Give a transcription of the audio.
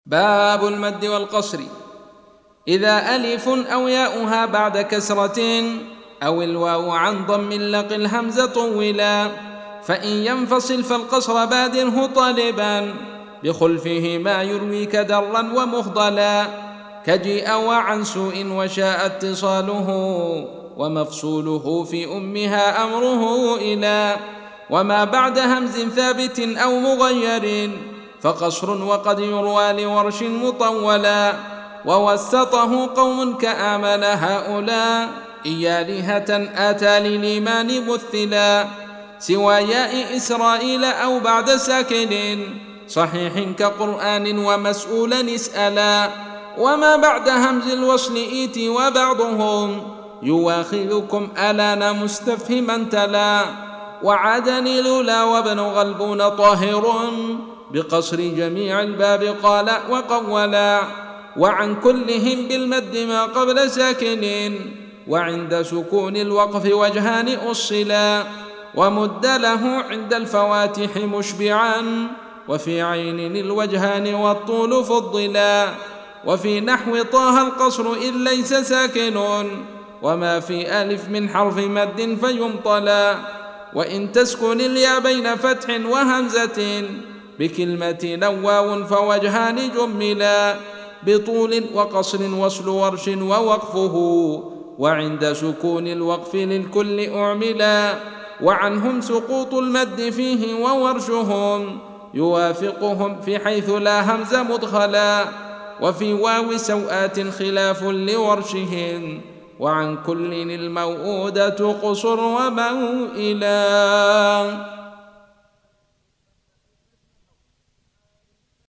باب المد والقصر. إذا ألف أو ياؤها بعد كسرة أو الواو عن ضم لق الهمز طولا، فإن ينفصل فالقصر بادره طالبا بخلفه ما يرويك درا ومفضلا، كجيء وعن سوء وشاء اتصاله ومفصوله في أمها أمره إلى، وما بعد همز ثابت أو مغير فقصر وقد يروى لورش مطولا، ووسطه قوم كآمن هؤلاء إيالهة آتى للإيمان مثلا، سوى ياء إسرائيل أو بعد ساكن صحيح كقرآن ومسؤولا اسألا، وما بعد همز الوصل إيت وبعضهم يواخذكم ألان مستفهما تلا، وعادني لولا وابن غلبون طاهر بقصر جميع الباب قال وقولا، وعن كلهم بالمد ما قبل ساكن وعند سكون الوقف وجهان أصلا، ومد له عند الفواتح مشبعا وفي عين الوجهان والطول فضلا، وفي نحو طه القصر إذ ليس ساكن وما في ألف من حرف مد فيمطلا، وإن تسكن اليا بين فتح وهمزة بكلمة نواو فوجهان جملا بطول وقصر وصل ورش ووقفه وعند سكون الوقف للكل أعملا، وعنهم سقوط المد فيه وورشهم يوافقهم في حيث لا همز مدخلا، وفي واو سوآت خلاف لورشهم وعن كل الموؤودة قصر وموئلا.